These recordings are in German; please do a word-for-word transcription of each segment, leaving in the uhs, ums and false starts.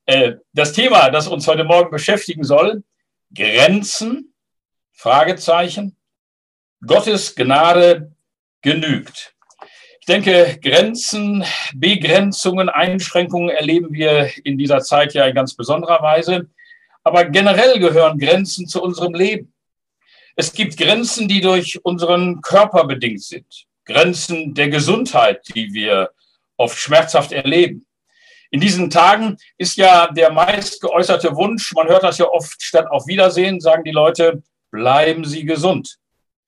Das Thema, das uns heute Morgen beschäftigen soll, Grenzen, Fragezeichen, Gottes Gnade genügt. Ich denke, Grenzen, Begrenzungen, Einschränkungen erleben wir in dieser Zeit ja in ganz besonderer Weise. Aber generell gehören Grenzen zu unserem Leben. Es gibt Grenzen, die durch unseren Körper bedingt sind. Grenzen der Gesundheit, die wir oft schmerzhaft erleben. In diesen Tagen ist ja der meist geäußerte Wunsch, man hört das ja oft, statt auf Wiedersehen, sagen die Leute, bleiben Sie gesund.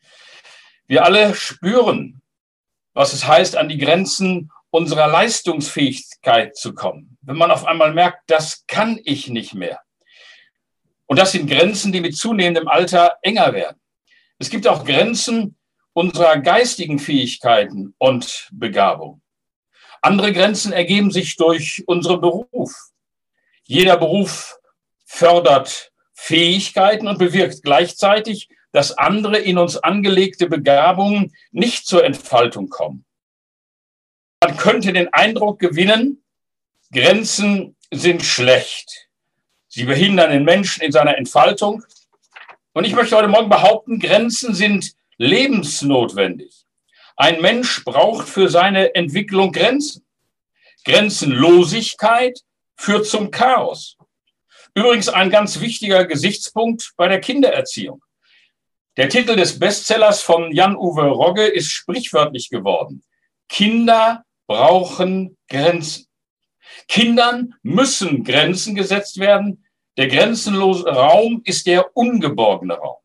Wir alle spüren, was es heißt, an die Grenzen unserer Leistungsfähigkeit zu kommen. Wenn man auf einmal merkt, das kann ich nicht mehr. Und das sind Grenzen, die mit zunehmendem Alter enger werden. Es gibt auch Grenzen unserer geistigen Fähigkeiten und Begabung. Andere Grenzen ergeben sich durch unseren Beruf. Jeder Beruf fördert Fähigkeiten und bewirkt gleichzeitig, dass andere in uns angelegte Begabungen nicht zur Entfaltung kommen. Man könnte den Eindruck gewinnen, Grenzen sind schlecht. Sie behindern den Menschen in seiner Entfaltung. Und ich möchte heute Morgen behaupten, Grenzen sind lebensnotwendig. Ein Mensch braucht für seine Entwicklung Grenzen. Grenzenlosigkeit führt zum Chaos. Übrigens ein ganz wichtiger Gesichtspunkt bei der Kindererziehung. Der Titel des Bestsellers von Jan-Uwe Rogge ist sprichwörtlich geworden. Kinder brauchen Grenzen. Kindern müssen Grenzen gesetzt werden. Der grenzenlose Raum ist der ungeborgene Raum.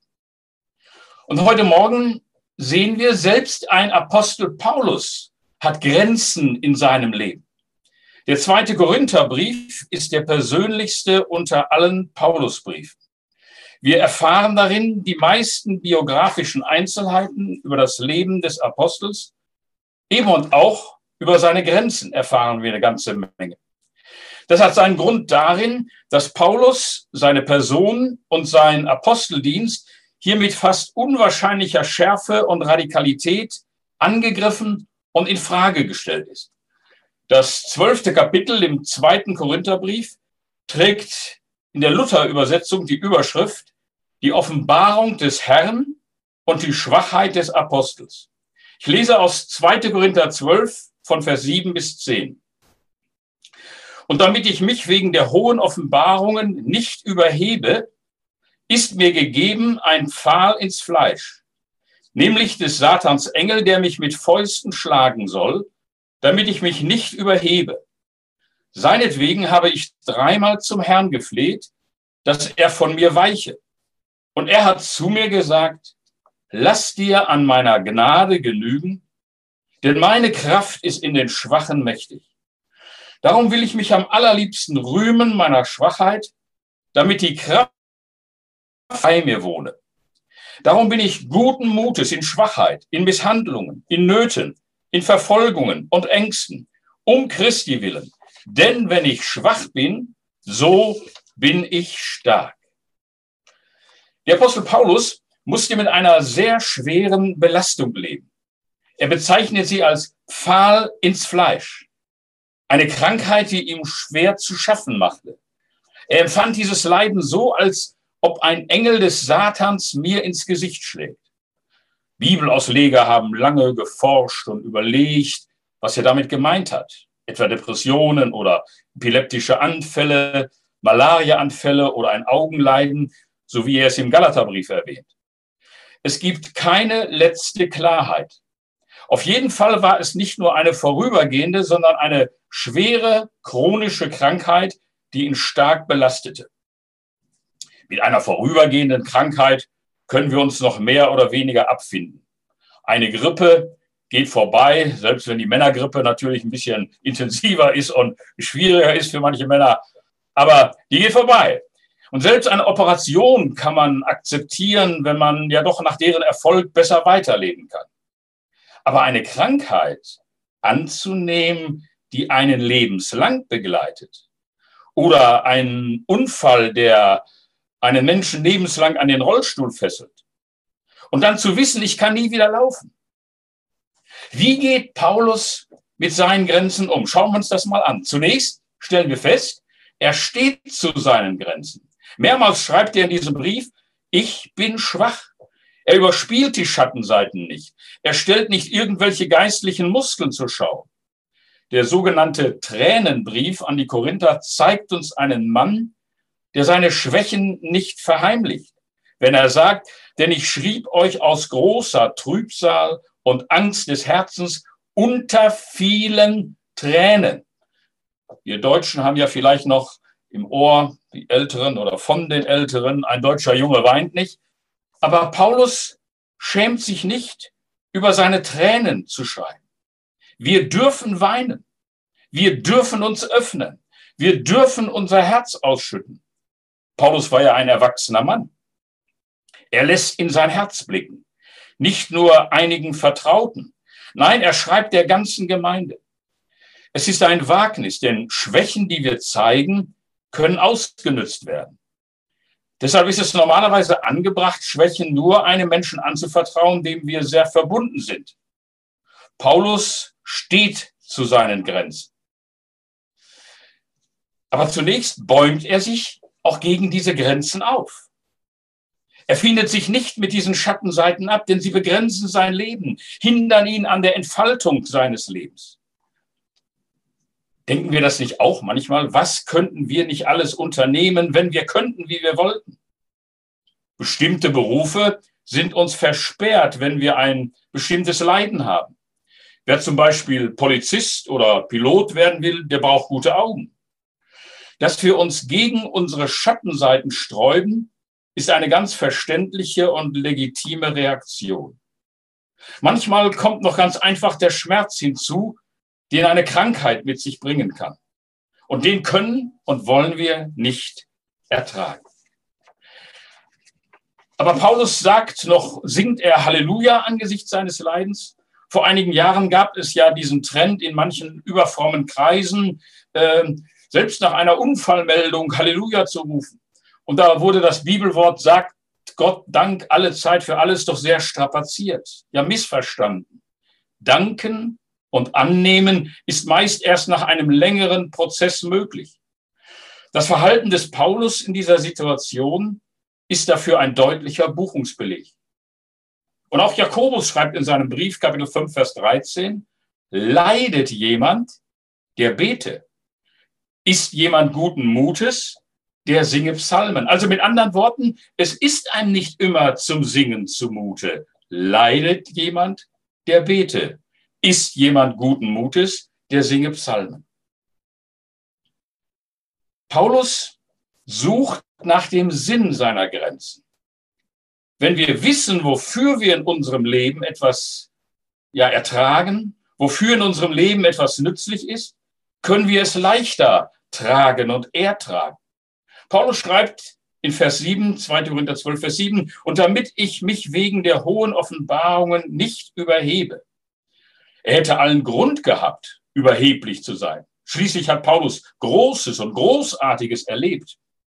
Und heute Morgen sehen wir, selbst ein Apostel Paulus hat Grenzen in seinem Leben. Der zweite Korintherbrief ist der persönlichste unter allen Paulusbriefen. Wir erfahren darin die meisten biografischen Einzelheiten über das Leben des Apostels. Eben und auch über seine Grenzen erfahren wir eine ganze Menge. Das hat seinen Grund darin, dass Paulus seine Person und seinen Aposteldienst hier mit fast unwahrscheinlicher Schärfe und Radikalität angegriffen und in Frage gestellt ist. Das zwölfte Kapitel im zweiten Korintherbrief trägt in der Luther-Übersetzung die Überschrift Die Offenbarung des Herrn und die Schwachheit des Apostels. Ich lese aus zweiter Korinther zwölf von Vers sieben bis zehn. Und damit ich mich wegen der hohen Offenbarungen nicht überhebe, ist mir gegeben ein Pfahl ins Fleisch, nämlich des Satans Engel, der mich mit Fäusten schlagen soll, damit ich mich nicht überhebe. Seinetwegen habe ich dreimal zum Herrn gefleht, dass er von mir weiche. Und er hat zu mir gesagt, lass dir an meiner Gnade genügen, denn meine Kraft ist in den Schwachen mächtig. Darum will ich mich am allerliebsten rühmen meiner Schwachheit, damit die Kraft bei mir wohne. Darum bin ich guten Mutes in Schwachheit, in Misshandlungen, in Nöten, in Verfolgungen und Ängsten, um Christi willen. Denn wenn ich schwach bin, so bin ich stark. Der Apostel Paulus musste mit einer sehr schweren Belastung leben. Er bezeichnet sie als Pfahl ins Fleisch. Eine Krankheit, die ihm schwer zu schaffen machte. Er empfand dieses Leiden so, als ob ein Engel des Satans mir ins Gesicht schlägt. Bibelausleger haben lange geforscht und überlegt, was er damit gemeint hat. Etwa Depressionen oder epileptische Anfälle, Malariaanfälle oder ein Augenleiden, so wie er es im Galaterbrief erwähnt. Es gibt keine letzte Klarheit. Auf jeden Fall war es nicht nur eine vorübergehende, sondern eine schwere chronische Krankheit, die ihn stark belastete. Mit einer vorübergehenden Krankheit können wir uns noch mehr oder weniger abfinden. Eine Grippe geht vorbei, selbst wenn die Männergrippe natürlich ein bisschen intensiver ist und schwieriger ist für manche Männer, aber die geht vorbei. Und selbst eine Operation kann man akzeptieren, wenn man ja doch nach deren Erfolg besser weiterleben kann. Aber eine Krankheit anzunehmen, die einen lebenslang begleitet, oder einen Unfall, der einen Menschen lebenslang an den Rollstuhl fesselt, und dann zu wissen, ich kann nie wieder laufen. Wie geht Paulus mit seinen Grenzen um? Schauen wir uns das mal an. Zunächst stellen wir fest, Er steht zu seinen Grenzen. Mehrmals schreibt er in diesem Brief, ich bin schwach. Er überspielt die Schattenseiten nicht. Er stellt nicht irgendwelche geistlichen Muskeln zur Schau. Der sogenannte Tränenbrief an die Korinther zeigt uns einen Mann, der seine Schwächen nicht verheimlicht. Wenn er sagt, denn ich schrieb euch aus großer Trübsal und Angst des Herzens unter vielen Tränen. Wir Deutschen haben ja vielleicht noch im Ohr, die Älteren oder von den Älteren, ein deutscher Junge weint nicht. Aber Paulus schämt sich nicht, über seine Tränen zu schreiben. Wir dürfen weinen. Wir dürfen uns öffnen. Wir dürfen unser Herz ausschütten. Paulus war ja ein erwachsener Mann. Er lässt in sein Herz blicken. Nicht nur einigen Vertrauten. Nein, er schreibt der ganzen Gemeinde. Es ist ein Wagnis, denn Schwächen, die wir zeigen, können ausgenutzt werden. Deshalb ist es normalerweise angebracht, Schwächen nur einem Menschen anzuvertrauen, dem wir sehr verbunden sind. Paulus steht zu seinen Grenzen. Aber zunächst bäumt er sich auch gegen diese Grenzen auf. Er findet sich nicht mit diesen Schattenseiten ab, denn sie begrenzen sein Leben, hindern ihn an der Entfaltung seines Lebens. Denken wir das nicht auch manchmal? Was könnten wir nicht alles unternehmen, wenn wir könnten, wie wir wollten? Bestimmte Berufe sind uns versperrt, wenn wir ein bestimmtes Leiden haben. Wer zum Beispiel Polizist oder Pilot werden will, der braucht gute Augen. Dass wir uns gegen unsere Schattenseiten sträuben, ist eine ganz verständliche und legitime Reaktion. Manchmal kommt noch ganz einfach der Schmerz hinzu, den eine Krankheit mit sich bringen kann. Und den können und wollen wir nicht ertragen. Aber Paulus sagt noch, singt er Halleluja angesichts seines Leidens? Vor einigen Jahren gab es ja diesen Trend in manchen überfrommen Kreisen, äh, selbst nach einer Unfallmeldung Halleluja zu rufen. Und da wurde das Bibelwort, sagt Gott Dank alle Zeit für alles, doch sehr strapaziert, ja missverstanden. Danken und annehmen ist meist erst nach einem längeren Prozess möglich. Das Verhalten des Paulus in dieser Situation ist dafür ein deutlicher Buchungsbeleg. Und auch Jakobus schreibt in seinem Brief, Kapitel fünf, Vers dreizehn, leidet jemand, der bete. Ist jemand guten Mutes, der singe Psalmen. Also mit anderen Worten, es ist einem nicht immer zum Singen zumute. Leidet jemand, der bete. Ist jemand guten Mutes, der singe Psalmen. Paulus sucht nach dem Sinn seiner Grenzen. Wenn wir wissen, wofür wir in unserem Leben etwas ja, ertragen, wofür in unserem Leben etwas nützlich ist, können wir es leichter tragen und ertragen. Paulus schreibt in Vers sieben, zweiter Korinther zwölf, Vers sieben, und damit ich mich wegen der hohen Offenbarungen nicht überhebe. Er hätte allen Grund gehabt, überheblich zu sein. Schließlich hat Paulus Großes und Großartiges erlebt.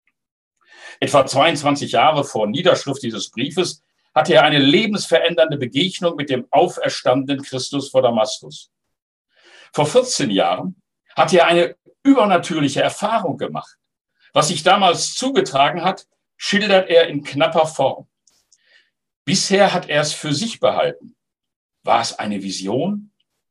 Etwa zweiundzwanzig Jahre vor Niederschrift dieses Briefes hatte er eine lebensverändernde Begegnung mit dem auferstandenen Christus vor Damaskus. Vor vierzehn Jahren hatte er eine übernatürliche Erfahrung gemacht. Was sich damals zugetragen hat, schildert er in knapper Form. Bisher hat er es für sich behalten. War es eine Vision?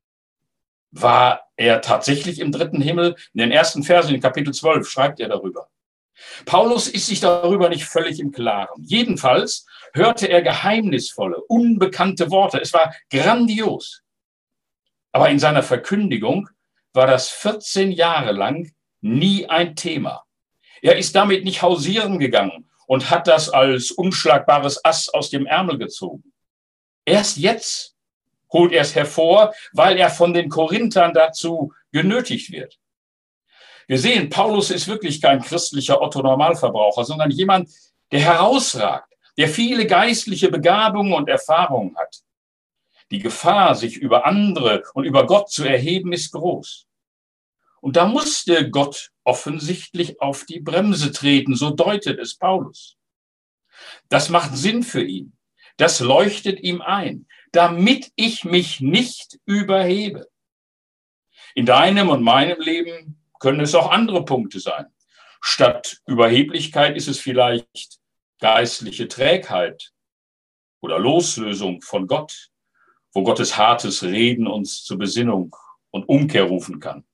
War er tatsächlich im dritten Himmel? In den ersten Versen in Kapitel zwölf schreibt er darüber. Paulus ist sich darüber nicht völlig im Klaren. Jedenfalls hörte er geheimnisvolle, unbekannte Worte. Es war grandios. Aber in seiner Verkündigung war das vierzehn Jahre lang nie ein Thema. Er ist damit nicht hausieren gegangen und hat das als unschlagbares Ass aus dem Ärmel gezogen. Erst jetzt holt er es hervor, weil er von den Korinthern dazu genötigt wird. Wir sehen, Paulus ist wirklich kein christlicher Otto-Normalverbraucher, sondern jemand, der herausragt, der viele geistliche Begabungen und Erfahrungen hat. Die Gefahr, sich über andere und über Gott zu erheben, ist groß. Und da musste Gott offensichtlich auf die Bremse treten, so deutet es Paulus. Das macht Sinn für ihn. Das leuchtet ihm ein, damit ich mich nicht überhebe. In deinem und meinem Leben können es auch andere Punkte sein. Statt Überheblichkeit ist es vielleicht geistliche Trägheit oder Loslösung von Gott, wo Gottes hartes Reden uns zur Besinnung und Umkehr rufen kann.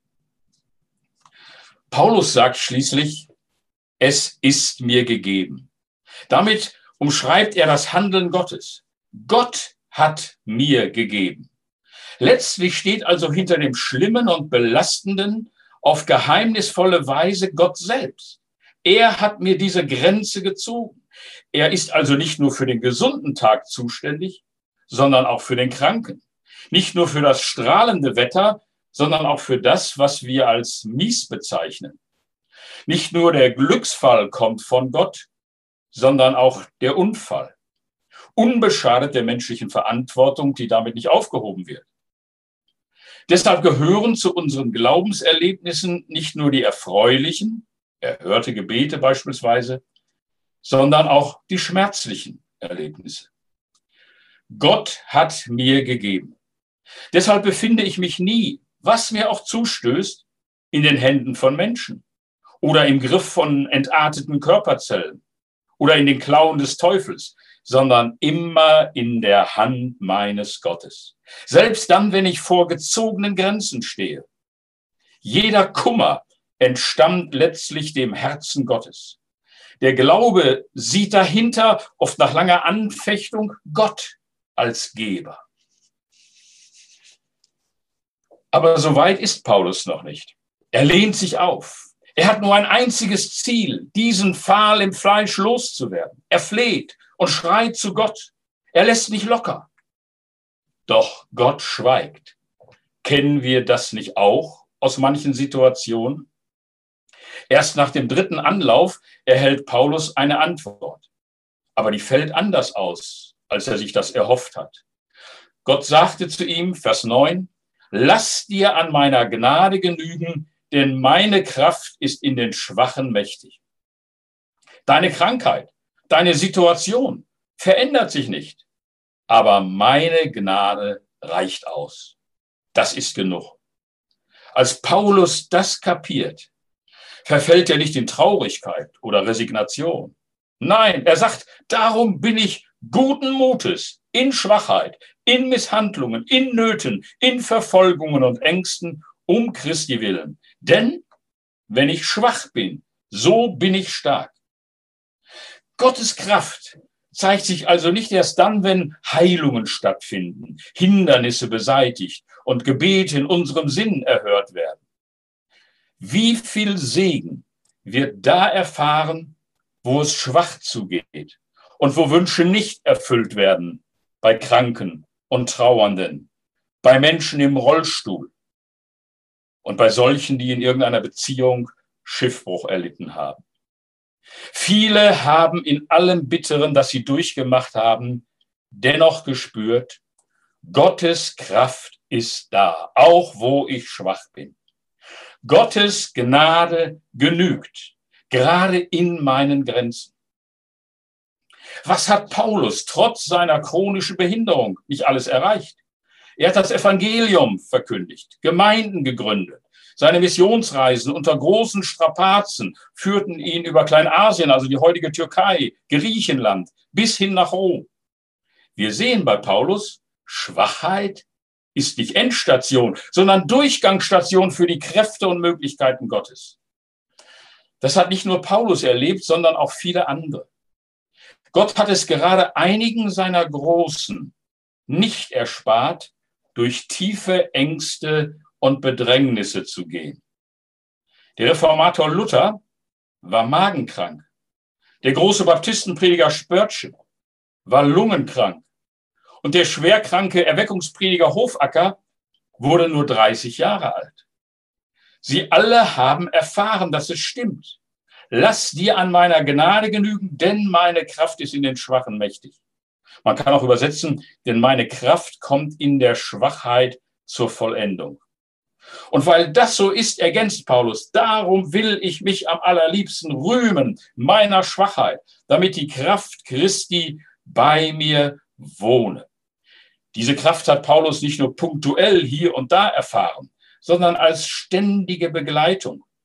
Paulus sagt schließlich, es ist mir gegeben. Damit umschreibt er das Handeln Gottes. Gott hat mir gegeben. Letztlich steht also hinter dem Schlimmen und Belastenden auf geheimnisvolle Weise Gott selbst. Er hat mir diese Grenze gezogen. Er ist also nicht nur für den gesunden Tag zuständig, sondern auch für den Kranken. Nicht nur für das strahlende Wetter, sondern auch für das, was wir als mies bezeichnen. Nicht nur der Glücksfall kommt von Gott, sondern auch der Unfall. Unbeschadet der menschlichen Verantwortung, die damit nicht aufgehoben wird. Deshalb gehören zu unseren Glaubenserlebnissen nicht nur die erfreulichen, erhörte Gebete beispielsweise, sondern auch die schmerzlichen Erlebnisse. Gott hat mir gegeben. Deshalb befinde ich mich nie, was mir auch zustößt, in den Händen von Menschen oder im Griff von entarteten Körperzellen oder in den Klauen des Teufels, sondern immer in der Hand meines Gottes. Selbst dann, wenn ich vor gezogenen Grenzen stehe. Jeder Kummer entstammt letztlich dem Herzen Gottes. Der Glaube sieht dahinter, oft nach langer Anfechtung, Gott als Geber. Aber so weit ist Paulus noch nicht. Er lehnt sich auf. Er hat nur ein einziges Ziel, diesen Pfahl im Fleisch loszuwerden. Er fleht und schreit zu Gott. Er lässt nicht locker. Doch Gott schweigt. Kennen wir das nicht auch aus manchen Situationen? Erst nach dem dritten Anlauf erhält Paulus eine Antwort. Aber die fällt anders aus, als er sich das erhofft hat. Gott sagte zu ihm, Vers neun, lass dir an meiner Gnade genügen, denn meine Kraft ist in den Schwachen mächtig. Deine Krankheit, deine Situation verändert sich nicht, aber meine Gnade reicht aus. Das ist genug. Als Paulus das kapiert, verfällt er nicht in Traurigkeit oder Resignation. Nein, er sagt, darum bin ich guten Mutes, in Schwachheit, in Misshandlungen, in Nöten, in Verfolgungen und Ängsten, um Christi willen. Denn wenn ich schwach bin, so bin ich stark. Gottes Kraft zeigt sich also nicht erst dann, wenn Heilungen stattfinden, Hindernisse beseitigt und Gebete in unserem Sinn erhört werden. Wie viel Segen wird da erfahren, wo es schwach zugeht und wo Wünsche nicht erfüllt werden, bei Kranken und Trauernden, bei Menschen im Rollstuhl und bei solchen, die in irgendeiner Beziehung Schiffbruch erlitten haben. Viele haben in allem Bitteren, das sie durchgemacht haben, dennoch gespürt, Gottes Kraft ist da, auch wo ich schwach bin. Gottes Gnade genügt, gerade in meinen Grenzen. Was hat Paulus trotz seiner chronischen Behinderung nicht alles erreicht? Er hat das Evangelium verkündigt, Gemeinden gegründet. Seine Missionsreisen unter großen Strapazen führten ihn über Kleinasien, also die heutige Türkei, Griechenland, bis hin nach Rom. Wir sehen bei Paulus, Schwachheit ist nicht Endstation, sondern Durchgangsstation für die Kräfte und Möglichkeiten Gottes. Das hat nicht nur Paulus erlebt, sondern auch viele andere. Gott hat es gerade einigen seiner Großen nicht erspart, durch tiefe Ängste und Bedrängnisse zu gehen. Der Reformator Luther war magenkrank. Der große Baptistenprediger Spörtchen war lungenkrank. Und der schwerkranke Erweckungsprediger Hofacker wurde nur dreißig Jahre alt. Sie alle haben erfahren, dass es stimmt. Lass dir an meiner Gnade genügen, denn meine Kraft ist in den Schwachen mächtig. Man kann auch übersetzen, denn meine Kraft kommt in der Schwachheit zur Vollendung. Und weil das so ist, ergänzt Paulus, darum will ich mich am allerliebsten rühmen meiner Schwachheit, damit die Kraft Christi bei mir wohne. Diese Kraft hat Paulus nicht nur punktuell hier und da erfahren, sondern als ständige Begleitung.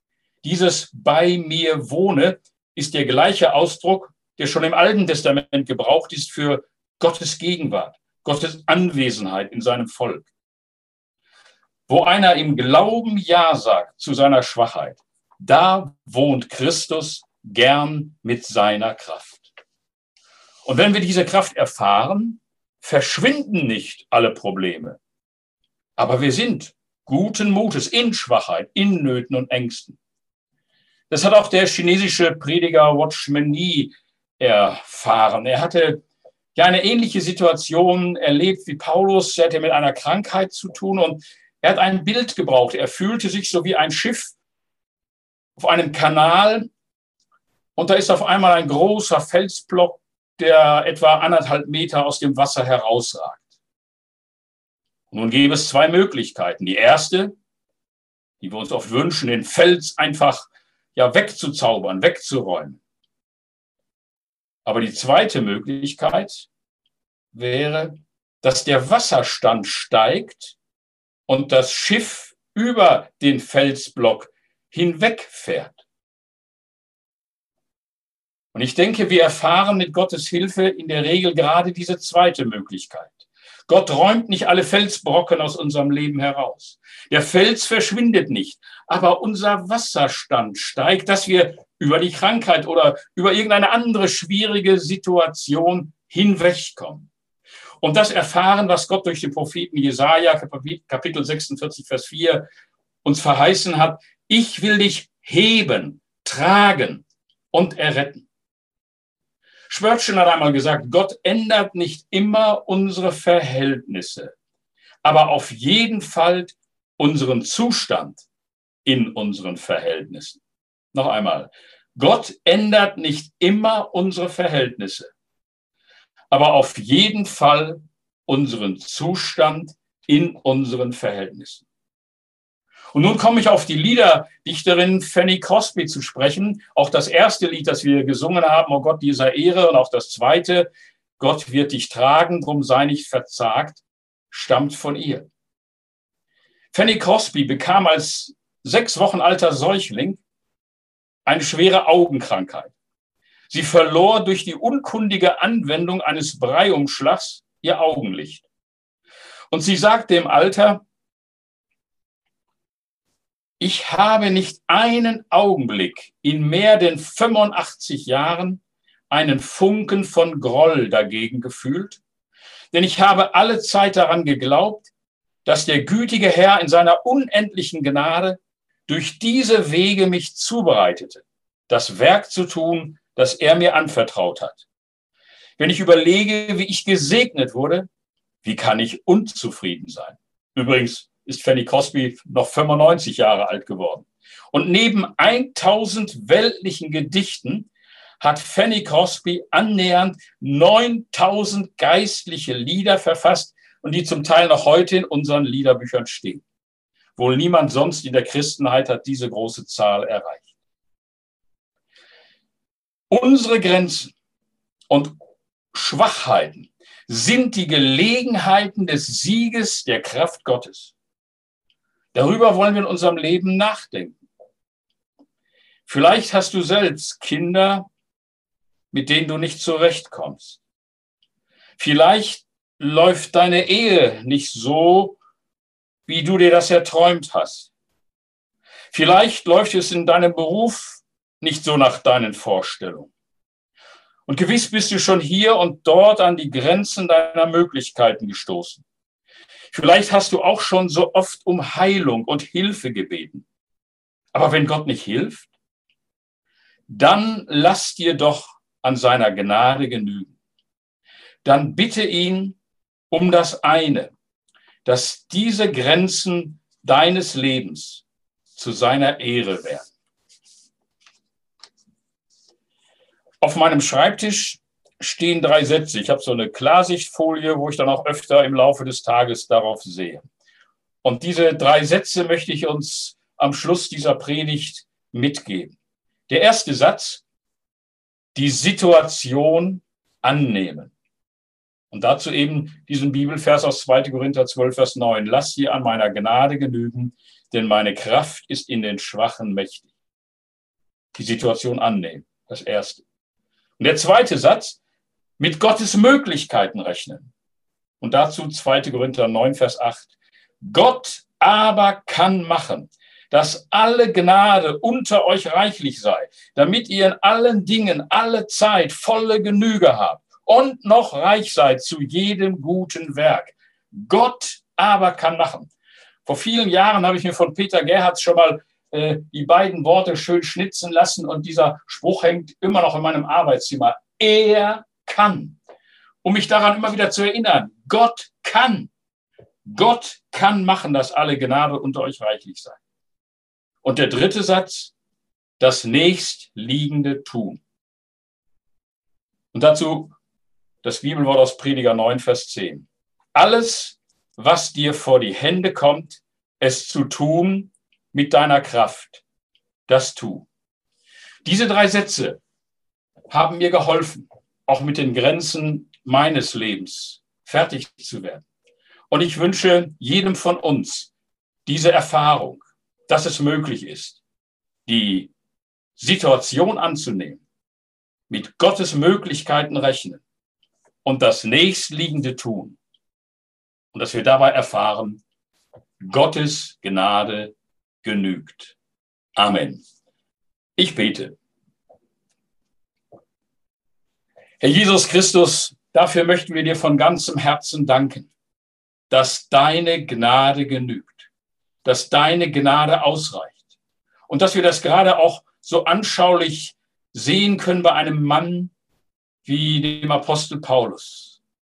Dieses bei mir wohne ist der gleiche Ausdruck, der schon im Alten Testament gebraucht ist für Gottes Gegenwart, Gottes Anwesenheit in seinem Volk. Wo einer im Glauben Ja sagt zu seiner Schwachheit, da wohnt Christus gern mit seiner Kraft. Und wenn wir diese Kraft erfahren, verschwinden nicht alle Probleme. Aber wir sind guten Mutes in Schwachheit, in Nöten und Ängsten. Das hat auch der chinesische Prediger Watchman Nee erfahren. Er hatte ja eine ähnliche Situation erlebt wie Paulus. Er hatte mit einer Krankheit zu tun und er hat ein Bild gebraucht. Er fühlte sich so wie ein Schiff auf einem Kanal und da ist auf einmal ein großer Felsblock, der etwa anderthalb Meter aus dem Wasser herausragt. Nun gäbe es zwei Möglichkeiten. Die erste, die wir uns oft wünschen, den Fels einfach ja wegzuzaubern, wegzuräumen. Aber die zweite Möglichkeit wäre, dass der Wasserstand steigt und das Schiff über den Felsblock hinwegfährt. Und ich denke, wir erfahren mit Gottes Hilfe in der Regel gerade diese zweite Möglichkeit. Gott räumt nicht alle Felsbrocken aus unserem Leben heraus. Der Fels verschwindet nicht, aber unser Wasserstand steigt, dass wir über die Krankheit oder über irgendeine andere schwierige Situation hinwegkommen. Und das erfahren, was Gott durch den Propheten Jesaja, Kapitel sechsundvierzig, Vers vier, uns verheißen hat. Ich will dich heben, tragen und erretten. Spurgeon hat einmal gesagt, Gott ändert nicht immer unsere Verhältnisse, aber auf jeden Fall unseren Zustand in unseren Verhältnissen. Noch einmal, Gott ändert nicht immer unsere Verhältnisse, aber auf jeden Fall unseren Zustand in unseren Verhältnissen. Und nun komme ich auf die Liederdichterin Fanny Crosby zu sprechen. Auch das erste Lied, das wir gesungen haben, Oh Gott, dieser Ehre, und auch das zweite, Gott wird dich tragen, drum sei nicht verzagt, stammt von ihr. Fanny Crosby bekam als sechs Wochen alter Säugling eine schwere Augenkrankheit. Sie verlor durch die unkundige Anwendung eines Breiumschlags ihr Augenlicht. Und sie sagte im Alter, ich habe nicht einen Augenblick in mehr denn fünfundachtzig Jahren einen Funken von Groll dagegen gefühlt, denn ich habe alle Zeit daran geglaubt, dass der gütige Herr in seiner unendlichen Gnade durch diese Wege mich zubereitete, das Werk zu tun, das er mir anvertraut hat. Wenn ich überlege, wie ich gesegnet wurde, wie kann ich unzufrieden sein? Übrigens ist Fanny Crosby noch fünfundneunzig Jahre alt geworden. Und neben tausend weltlichen Gedichten hat Fanny Crosby annähernd neuntausend geistliche Lieder verfasst und die zum Teil noch heute in unseren Liederbüchern stehen. Wohl niemand sonst in der Christenheit hat diese große Zahl erreicht. Unsere Grenzen und Schwachheiten sind die Gelegenheiten des Sieges der Kraft Gottes. Darüber wollen wir in unserem Leben nachdenken. Vielleicht hast du selbst Kinder, mit denen du nicht zurechtkommst. Vielleicht läuft deine Ehe nicht so, wie du dir das erträumt hast. Vielleicht läuft es in deinem Beruf nicht so nach deinen Vorstellungen. Und gewiss bist du schon hier und dort an die Grenzen deiner Möglichkeiten gestoßen. Vielleicht hast du auch schon so oft um Heilung und Hilfe gebeten. Aber wenn Gott nicht hilft, dann lass dir doch an seiner Gnade genügen. Dann bitte ihn um das eine, dass diese Grenzen deines Lebens zu seiner Ehre werden. Auf meinem Schreibtisch stehen drei Sätze. Ich habe so eine Klarsichtfolie, wo ich dann auch öfter im Laufe des Tages darauf sehe. Und diese drei Sätze möchte ich uns am Schluss dieser Predigt mitgeben. Der erste Satz, die Situation annehmen. Und dazu eben diesen Bibelvers aus zweiter Korinther zwölf, Vers neun. Lass dir an meiner Gnade genügen, denn meine Kraft ist in den Schwachen mächtig. die Situation annehmen. Das Erste. Und der zweite Satz, mit Gottes Möglichkeiten rechnen. Und dazu zweiter Korinther neun, Vers acht. Gott aber kann machen, dass alle Gnade unter euch reichlich sei, damit ihr in allen Dingen alle Zeit volle Genüge habt und noch reich seid zu jedem guten Werk. Gott aber kann machen. Vor vielen Jahren habe ich mir von Peter Gerhardt schon mal äh, die beiden Worte schön schnitzen lassen und dieser Spruch hängt immer noch in meinem Arbeitszimmer. Er kann. Um mich daran immer wieder zu erinnern, Gott kann. Gott kann machen, dass alle Gnade unter euch reichlich sei. Und der dritte Satz, das nächstliegende tun. Und dazu das Bibelwort aus Prediger neun, Vers zehn. Alles, was dir vor die Hände kommt, es zu tun mit deiner Kraft, das tu. Diese drei Sätze haben mir geholfen, auch mit den Grenzen meines Lebens fertig zu werden. Und ich wünsche jedem von uns diese Erfahrung, dass es möglich ist, die Situation anzunehmen, mit Gottes Möglichkeiten rechnen und das nächstliegende tun. Und dass wir dabei erfahren, Gottes Gnade genügt. Amen. Ich bete. Herr Jesus Christus, dafür möchten wir dir von ganzem Herzen danken, dass deine Gnade genügt, dass deine Gnade ausreicht und dass wir das gerade auch so anschaulich sehen können bei einem Mann wie dem Apostel Paulus,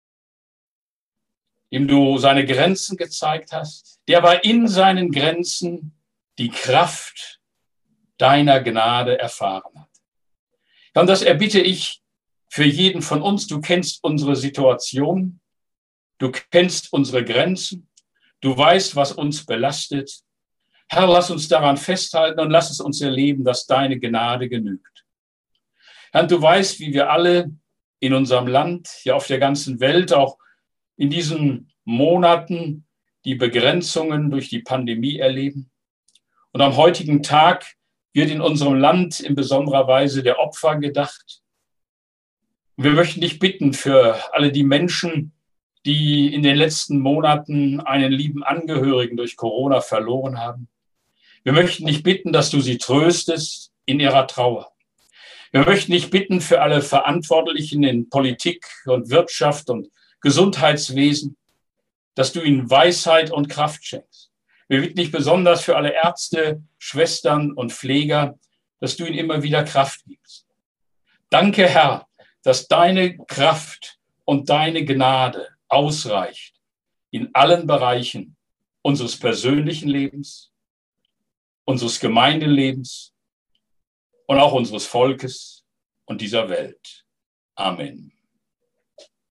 dem du seine Grenzen gezeigt hast, der aber in seinen Grenzen die Kraft deiner Gnade erfahren hat. Und das erbitte ich für jeden von uns. Du kennst unsere Situation, du kennst unsere Grenzen, du weißt, was uns belastet. Herr, lass uns daran festhalten und lass es uns erleben, dass deine Gnade genügt. Herr, du weißt, wie wir alle in unserem Land, ja auf der ganzen Welt, auch in diesen Monaten die Begrenzungen durch die Pandemie erleben. Und am heutigen Tag wird in unserem Land in besonderer Weise der Opfer gedacht. Und wir möchten dich bitten für alle die Menschen, die in den letzten Monaten einen lieben Angehörigen durch Corona verloren haben. Wir möchten dich bitten, dass du sie tröstest in ihrer Trauer. Wir möchten dich bitten für alle Verantwortlichen in Politik und Wirtschaft und Gesundheitswesen, dass du ihnen Weisheit und Kraft schenkst. Wir bitten dich besonders für alle Ärzte, Schwestern und Pfleger, dass du ihnen immer wieder Kraft gibst. Danke, Herr, dass deine Kraft und deine Gnade ausreicht in allen Bereichen unseres persönlichen Lebens, unseres Gemeindelebens und auch unseres Volkes und dieser Welt. Amen.